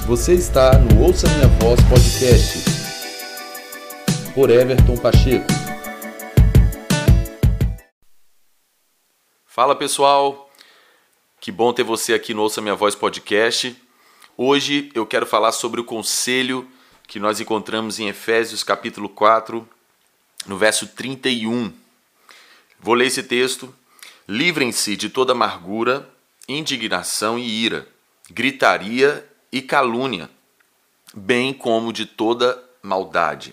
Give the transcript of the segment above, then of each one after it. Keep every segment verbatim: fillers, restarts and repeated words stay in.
Você está no Ouça Minha Voz Podcast, por Everton Pacheco. Fala pessoal, que bom ter você aqui no Ouça Minha Voz Podcast. Hoje eu quero falar sobre o conselho que nós encontramos em Efésios capítulo quatro, no verso trinta e um. Vou ler esse texto. Livrem-se de toda amargura, indignação e ira, gritaria e calúnia, bem como de toda maldade.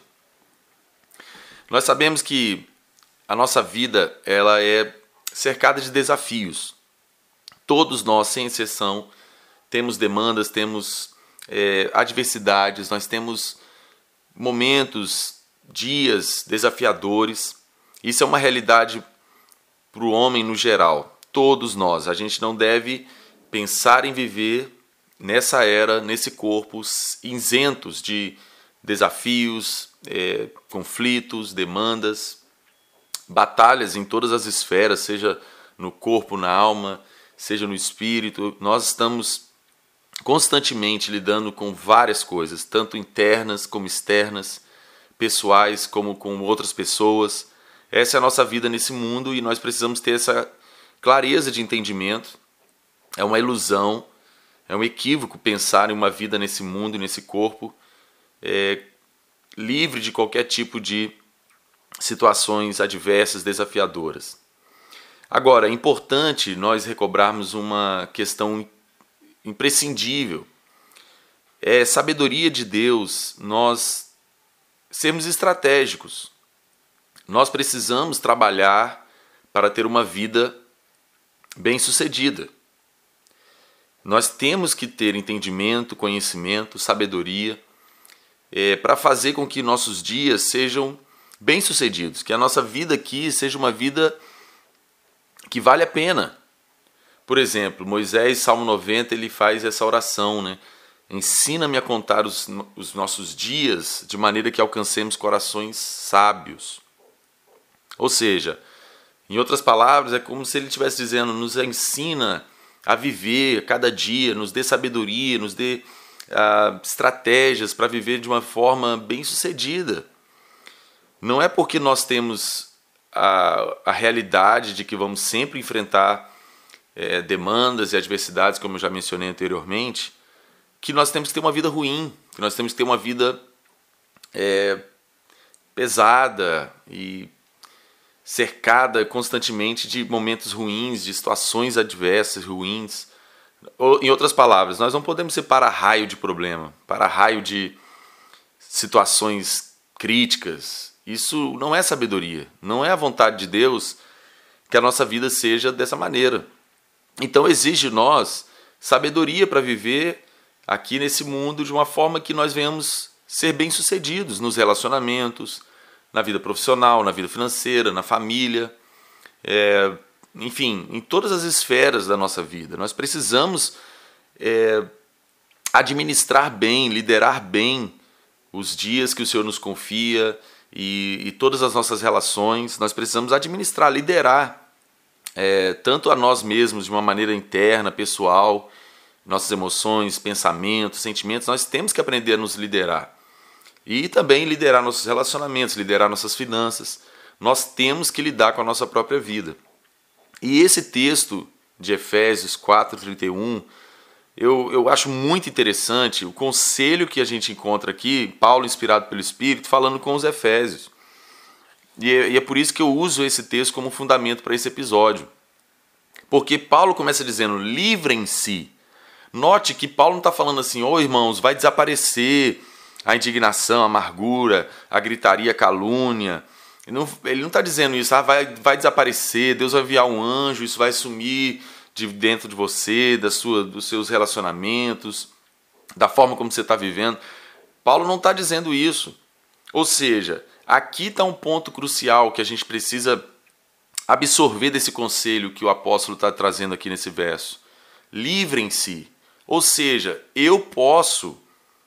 Nós sabemos que a nossa vida ela é cercada de desafios. Todos nós, sem exceção, temos demandas, temos é, adversidades, nós temos momentos, dias desafiadores. Isso é uma realidade para o homem no geral. Todos nós. A gente não deve pensar em viver nessa era, nesse corpo, isentos de desafios, é, conflitos, demandas, batalhas em todas as esferas, seja no corpo, na alma, seja no espírito. Nós estamos constantemente lidando com várias coisas, tanto internas como externas, pessoais como com outras pessoas. Essa é a nossa vida nesse mundo e nós precisamos ter essa clareza de entendimento. É uma ilusão, é um equívoco pensar em uma vida nesse mundo e nesse corpo é, livre de qualquer tipo de situações adversas, desafiadoras. Agora, é importante nós recobrarmos uma questão imprescindível. É sabedoria de Deus nós sermos estratégicos. Nós precisamos trabalhar para ter uma vida bem-sucedida. Nós temos que ter entendimento, conhecimento, sabedoria é, para fazer com que nossos dias sejam bem-sucedidos, que a nossa vida aqui seja uma vida que vale a pena. Por exemplo, Moisés, Salmo noventa, ele faz essa oração, né? Ensina-me a contar os, os nossos dias de maneira que alcancemos corações sábios. Ou seja, em outras palavras, é como se ele estivesse dizendo, nos ensina a viver cada dia, nos dê sabedoria, nos dê uh, estratégias para viver de uma forma bem-sucedida. Não é porque nós temos a, a realidade de que vamos sempre enfrentar é, demandas e adversidades, como eu já mencionei anteriormente, que nós temos que ter uma vida ruim, que nós temos que ter uma vida é, pesada e cercada constantemente de momentos ruins, de situações adversas, ruins. Ou, em outras palavras, nós não podemos ser para-raio de problema, para-raio de situações críticas. Isso não é sabedoria, não é a vontade de Deus que a nossa vida seja dessa maneira. Então exige de nós sabedoria para viver aqui nesse mundo de uma forma que nós venhamos ser bem-sucedidos nos relacionamentos, na vida profissional, na vida financeira, na família, é, enfim, em todas as esferas da nossa vida. Nós precisamos é, administrar bem, liderar bem os dias que o Senhor nos confia e, e todas as nossas relações. Nós precisamos administrar, liderar é, tanto a nós mesmos de uma maneira interna, pessoal, nossas emoções, pensamentos, sentimentos. Nós temos que aprender a nos liderar. E também liderar nossos relacionamentos, liderar nossas finanças. Nós temos que lidar com a nossa própria vida. E esse texto de Efésios quatro, trinta e um, eu, eu acho muito interessante o conselho que a gente encontra aqui, Paulo, inspirado pelo Espírito, falando com os Efésios. E é, e é por isso que eu uso esse texto como fundamento para esse episódio. Porque Paulo começa dizendo, livrem-se. Note que Paulo não está falando assim, ô oh, irmãos, vai desaparecer a indignação, a amargura, a gritaria, a calúnia. Ele não está dizendo isso, ah, vai, vai desaparecer, Deus vai enviar um anjo, isso vai sumir de dentro de você, da sua, dos seus relacionamentos, da forma como você está vivendo. Paulo não está dizendo isso. Ou seja, aqui está um ponto crucial que a gente precisa absorver desse conselho que o apóstolo está trazendo aqui nesse verso. Livrem-se. Ou seja, eu posso...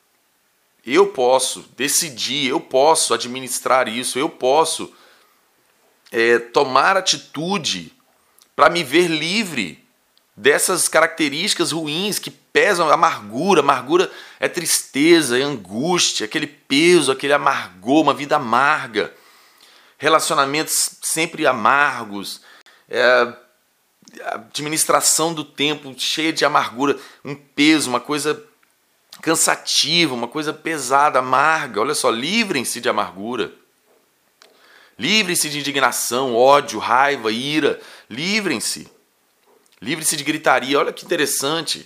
Eu posso decidir, eu posso administrar isso, eu posso é, tomar atitude para me ver livre dessas características ruins que pesam, amargura. Amargura é tristeza, é angústia, aquele peso, aquele amargor, uma vida amarga. Relacionamentos sempre amargos, é, administração do tempo cheia de amargura, um peso, uma coisa cansativa, uma coisa pesada, amarga. Olha só, livrem-se de amargura. Livrem-se de indignação, ódio, raiva, ira. Livrem-se. Livrem-se de gritaria. Olha que interessante.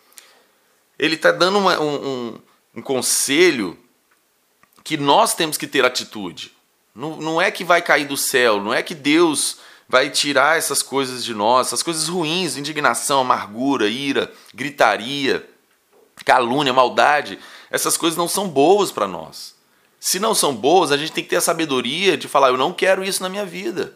Ele está dando uma, um, um, um conselho que nós temos que ter atitude. Não, não é que vai cair do céu, não é que Deus vai tirar essas coisas de nós, essas coisas ruins, indignação, amargura, ira, gritaria, calúnia, maldade. Essas coisas não são boas para nós. Se não são boas, a gente tem que ter a sabedoria de falar, eu não quero isso na minha vida.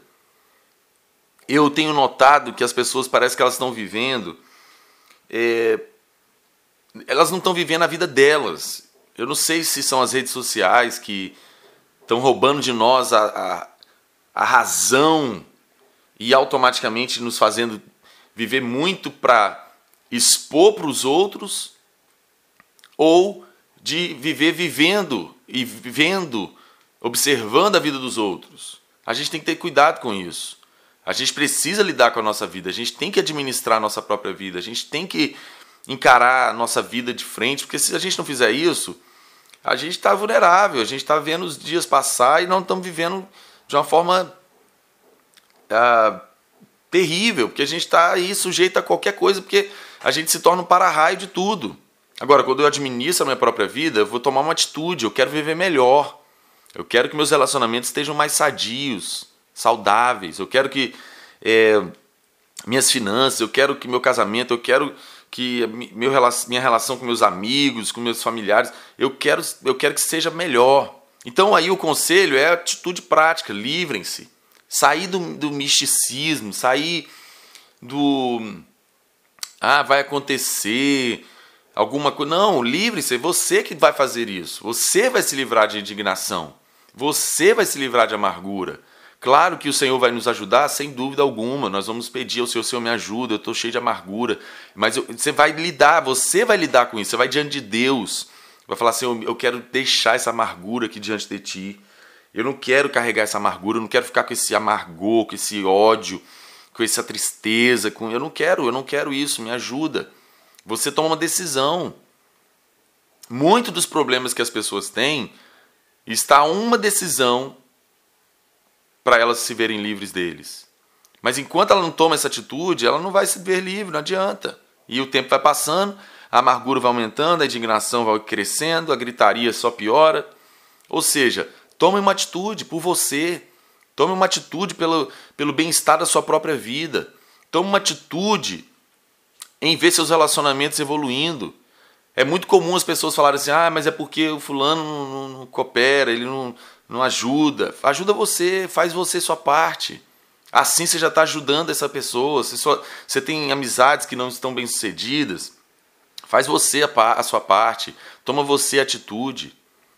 Eu tenho notado que as pessoas parecem que elas estão vivendo, é, elas não estão vivendo a vida delas. Eu não sei se são as redes sociais que estão roubando de nós a, a, a razão e automaticamente nos fazendo viver muito para expor para os outros, ou de viver vivendo e vivendo, observando a vida dos outros. A gente tem que ter cuidado com isso. A gente precisa lidar com a nossa vida, a gente tem que administrar a nossa própria vida, a gente tem que encarar a nossa vida de frente, porque se a gente não fizer isso, a gente está vulnerável, a gente está vendo os dias passar e não estamos vivendo de uma forma ah, terrível, porque a gente está aí sujeito a qualquer coisa, porque a gente se torna um para-raio de tudo. Agora, quando eu administro a minha própria vida, eu vou tomar uma atitude, eu quero viver melhor, eu quero que meus relacionamentos estejam mais sadios, saudáveis, eu quero que é, minhas finanças, eu quero que meu casamento, eu quero que meu, minha relação com meus amigos, com meus familiares, eu quero, eu quero que seja melhor. Então aí o conselho é atitude prática, livrem-se. Sair do, do misticismo, sair do... Ah, vai acontecer alguma coisa. Não, livre-se, é você que vai fazer isso. Você vai se livrar de indignação. Você vai se livrar de amargura. Claro que o Senhor vai nos ajudar, sem dúvida alguma. Nós vamos pedir ao Senhor, Senhor, me ajuda, eu estou cheio de amargura. Mas eu, você vai lidar, você vai lidar com isso. Você vai diante de Deus. Vai falar assim, eu, eu quero deixar essa amargura aqui diante de Ti. Eu não quero carregar essa amargura, eu não quero ficar com esse amargor, com esse ódio, com essa tristeza. Com... Eu não quero, eu não quero isso, me ajuda. Você toma uma decisão. Muitos dos problemas que as pessoas têm está uma decisão para elas se verem livres deles. Mas enquanto ela não toma essa atitude, ela não vai se ver livre, não adianta. E o tempo vai passando, a amargura vai aumentando, a indignação vai crescendo, a gritaria só piora. Ou seja, tome uma atitude por você. Tome uma atitude pelo, pelo bem-estar da sua própria vida. Tome uma atitude em ver seus relacionamentos evoluindo. É muito comum as pessoas falarem assim, ah, mas é porque o fulano não, não, não coopera, ele não, não ajuda. Ajuda você, faz você sua parte. Assim você já está ajudando essa pessoa. Você, só, você tem amizades que não estão bem sucedidas. Faz você a, a sua parte. Toma você a atitude.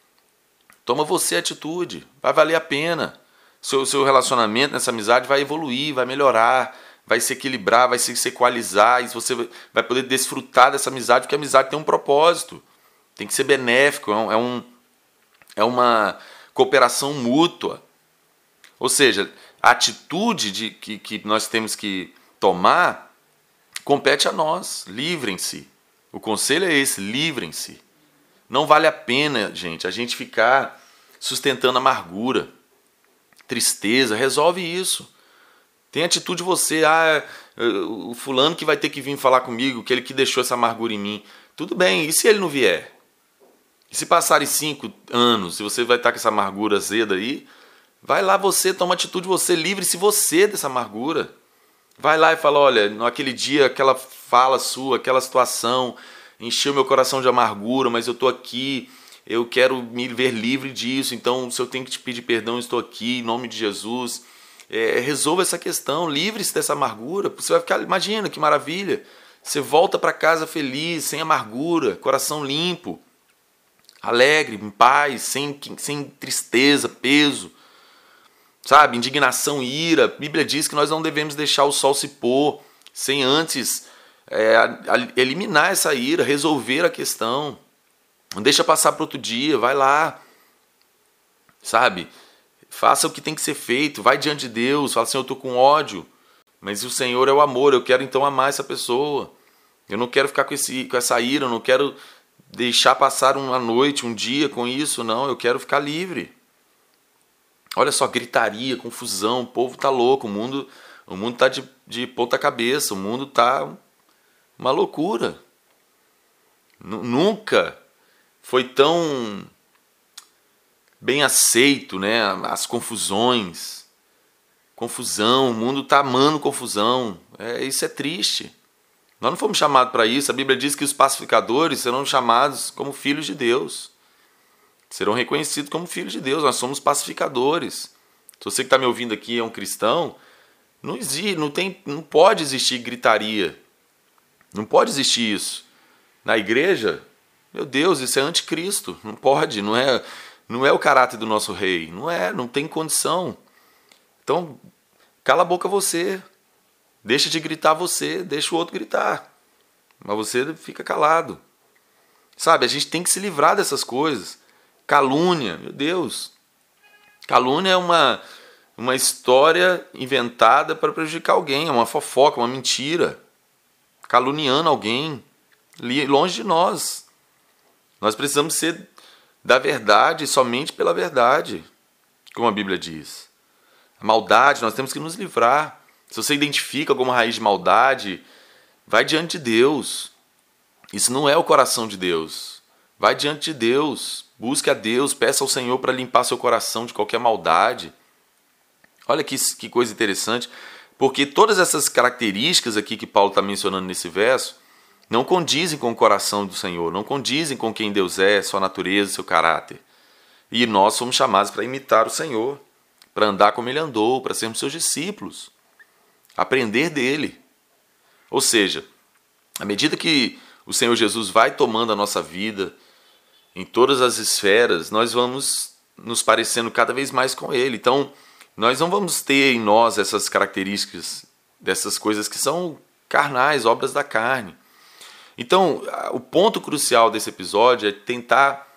Toma você a atitude. Vai valer a pena. Seu, seu relacionamento nessa amizade vai evoluir, vai melhorar, vai se equilibrar, vai se equalizar, e você vai poder desfrutar dessa amizade, porque a amizade tem um propósito, tem que ser benéfico, é, um, é, um, é uma cooperação mútua. Ou seja, a atitude de, que, que nós temos que tomar compete a nós. Livrem-se. O conselho é esse, livrem-se. Não vale a pena, gente, a gente ficar sustentando amargura, tristeza. Resolve isso. Tem atitude você, ah, o fulano que vai ter que vir falar comigo, que ele que deixou essa amargura em mim. Tudo bem, e se ele não vier? E se passarem cinco anos e você vai estar com essa amargura azeda aí, vai lá você, toma atitude você, livre-se você dessa amargura. Vai lá e fala, olha, naquele dia, aquela fala sua, aquela situação, encheu meu coração de amargura, mas eu estou aqui, eu quero me ver livre disso, então se eu tenho que te pedir perdão, eu estou aqui, em nome de Jesus. É, resolva essa questão, livre-se dessa amargura. Você vai ficar, imagina que maravilha, você volta para casa feliz, sem amargura, coração limpo, alegre, em paz, sem, sem tristeza, peso, sabe, indignação, ira. A Bíblia diz que nós não devemos deixar o sol se pôr sem antes é, a, a, eliminar essa ira, resolver a questão. Não deixa passar para outro dia, vai lá. Sabe? Faça o que tem que ser feito, vai diante de Deus, fala assim, eu estou com ódio, mas o Senhor é o amor, eu quero então amar essa pessoa. Eu não quero ficar com, esse, com essa ira, eu não quero deixar passar uma noite, um dia com isso, não, eu quero ficar livre. Olha só, gritaria, confusão, o povo tá louco, o mundo o mundo tá de, de ponta cabeça, o mundo tá uma loucura. N- nunca foi tão bem aceito, né? As confusões, confusão, o mundo tá amando confusão, é, isso é triste. Nós não fomos chamados para isso, a Bíblia diz que os pacificadores serão chamados como filhos de Deus. Serão reconhecidos como filhos de Deus, nós somos pacificadores. Se você que está me ouvindo aqui é um cristão, não existe, não tem, não pode existir gritaria. Não pode existir isso. Na igreja, meu Deus, isso é anticristo. Não pode, não é, não é o caráter do nosso rei. Não é, não tem condição. Então, cala a boca você. Deixa de gritar você, deixa o outro gritar. Mas você fica calado. Sabe, a gente tem que se livrar dessas coisas. Calúnia, meu Deus. Calúnia é uma, uma história inventada para prejudicar alguém, é uma fofoca, uma mentira. Caluniando alguém, longe de nós. Nós precisamos ser da verdade, somente pela verdade, como a Bíblia diz. A maldade, nós temos que nos livrar. Se você identifica alguma raiz de maldade, vai diante de Deus. Isso não é o coração de Deus. Vai diante de Deus, busque a Deus, peça ao Senhor para limpar seu coração de qualquer maldade. Olha que, que coisa interessante, porque todas essas características aqui que Paulo está mencionando nesse verso não condizem com o coração do Senhor, não condizem com quem Deus é, sua natureza, seu caráter. E nós somos chamados para imitar o Senhor, para andar como Ele andou, para sermos seus discípulos, aprender dele. Ou seja, à medida que o Senhor Jesus vai tomando a nossa vida, em todas as esferas, nós vamos nos parecendo cada vez mais com Ele. Então, nós não vamos ter em nós essas características, dessas coisas que são carnais, obras da carne. Então, o ponto crucial desse episódio é tentar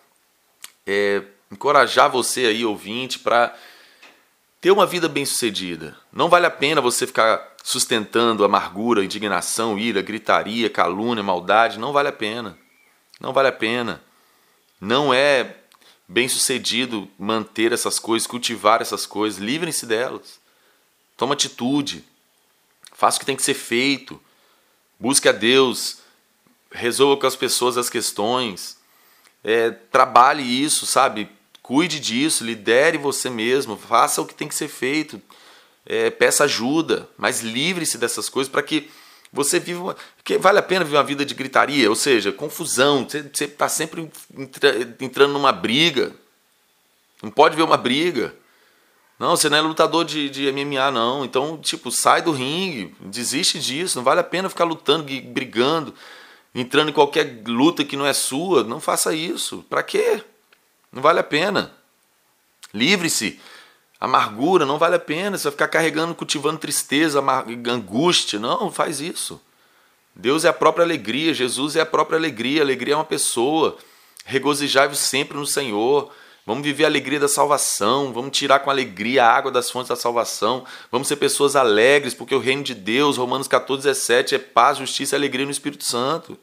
é, encorajar você aí, ouvinte, para ter uma vida bem-sucedida. Não vale a pena você ficar sustentando amargura, indignação, ira, gritaria, calúnia, maldade. Não vale a pena. Não vale a pena. Não é bem-sucedido manter essas coisas, cultivar essas coisas. Livrem-se delas. Toma atitude. Faça o que tem que ser feito. Busque a Deus. Resolva com as pessoas as questões. É, trabalhe isso, sabe? Cuide disso, lidere você mesmo. Faça o que tem que ser feito. É, peça ajuda. Mas livre-se dessas coisas para que você vive uma... Porque vale a pena viver uma vida de gritaria, ou seja, confusão. Você está sempre entra... entrando numa briga. Não pode ver uma briga. Não, você não é lutador de, de M M A, não. Então, tipo, sai do ringue. Desiste disso. Não vale a pena ficar lutando, brigando, entrando em qualquer luta que não é sua. Não faça isso. Para quê? Não vale a pena. Livre-se. Amargura, não vale a pena. Você vai ficar carregando, cultivando tristeza, angústia. Não, faz isso. Deus é a própria alegria. Jesus é a própria alegria. A alegria é uma pessoa. Regozijai-vos sempre no Senhor. Vamos viver a alegria da salvação. Vamos tirar com alegria a água das fontes da salvação. Vamos ser pessoas alegres, porque o reino de Deus, Romanos catorze, dezessete, é paz, justiça e alegria no Espírito Santo.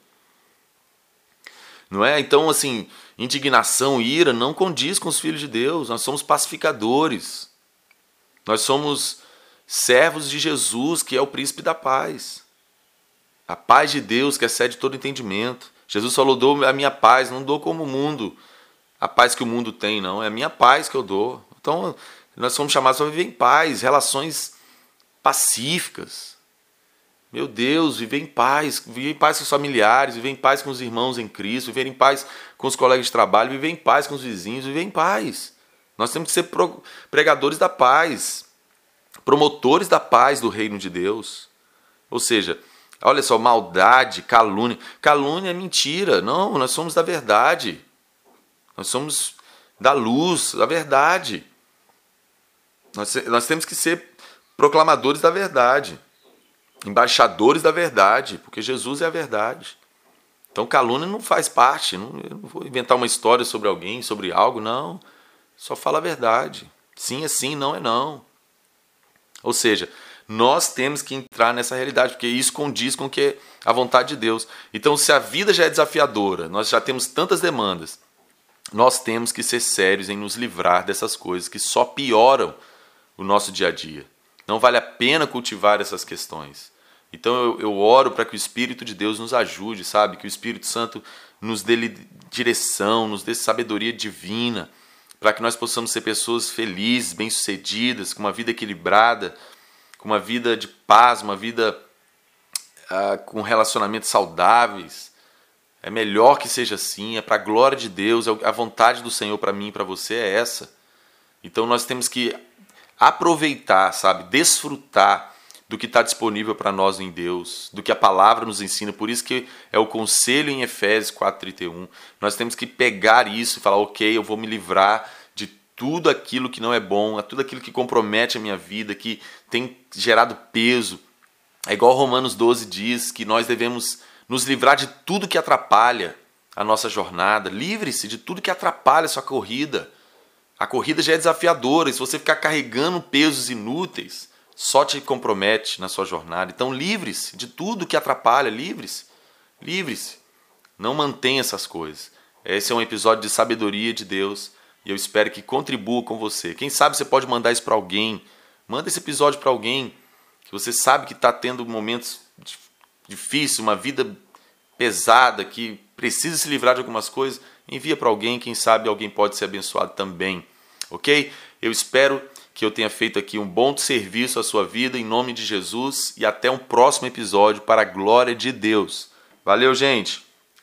Não é? Então, assim, indignação, ira, não condiz com os filhos de Deus. Nós somos pacificadores. Nós somos servos de Jesus, que é o príncipe da paz. A paz de Deus que excede todo entendimento. Jesus falou, dou a minha paz, não dou como o mundo. A paz que o mundo tem, não. É a minha paz que eu dou. Então, nós somos chamados para viver em paz, relações pacíficas. Meu Deus, viver em paz, viver em paz com os familiares, viver em paz com os irmãos em Cristo, viver em paz com os colegas de trabalho, viver em paz com os vizinhos, viver em paz. Nós temos que ser pregadores da paz, promotores da paz do reino de Deus. Ou seja, olha só, maldade, calúnia. Calúnia é mentira. Não, nós somos da verdade. Nós somos da luz, da verdade. Nós, nós temos que ser proclamadores da verdade. embaixadores da verdade, porque Jesus é a verdade. Então calúnia não faz parte, não, eu não vou inventar uma história sobre alguém, sobre algo, não. Só fala a verdade. Sim é sim, não é não. Ou seja, nós temos que entrar nessa realidade, porque isso condiz com o que é a vontade de Deus. Então, se a vida já é desafiadora, nós já temos tantas demandas, nós temos que ser sérios em nos livrar dessas coisas que só pioram o nosso dia a dia. Não vale a pena cultivar essas questões. Então eu, eu oro para que o Espírito de Deus nos ajude, sabe? Que o Espírito Santo nos dê direção, nos dê sabedoria divina, para que nós possamos ser pessoas felizes, bem-sucedidas, com uma vida equilibrada, com uma vida de paz, uma vida ah, com relacionamentos saudáveis. É melhor que seja assim, é para a glória de Deus, a vontade do Senhor para mim e para você é essa. Então nós temos que aproveitar, sabe, desfrutar do que está disponível para nós em Deus, do que a palavra nos ensina. Por isso que é o conselho em Efésios quatro, trinta e um. Nós temos que pegar isso e falar, ok, eu vou me livrar de tudo aquilo que não é bom, tudo aquilo que compromete a minha vida, que tem gerado peso. É igual Romanos doze diz, que nós devemos nos livrar de tudo que atrapalha a nossa jornada. Livre-se de tudo que atrapalha a sua corrida. A corrida já é desafiadora, e se você ficar carregando pesos inúteis, só te compromete na sua jornada. Então livre-se de tudo que atrapalha, livre-se. Livre-se. Não mantenha essas coisas. Esse é um episódio de sabedoria de Deus, e eu espero que contribua com você. Quem sabe você pode mandar isso para alguém. Manda esse episódio para alguém que você sabe que está tendo momentos difíceis, uma vida pesada, que precisa se livrar de algumas coisas. Envia para alguém, quem sabe alguém pode ser abençoado também. Ok? Eu espero que eu tenha feito aqui um bom serviço à sua vida, em nome de Jesus, e até um próximo episódio para a glória de Deus. Valeu, gente!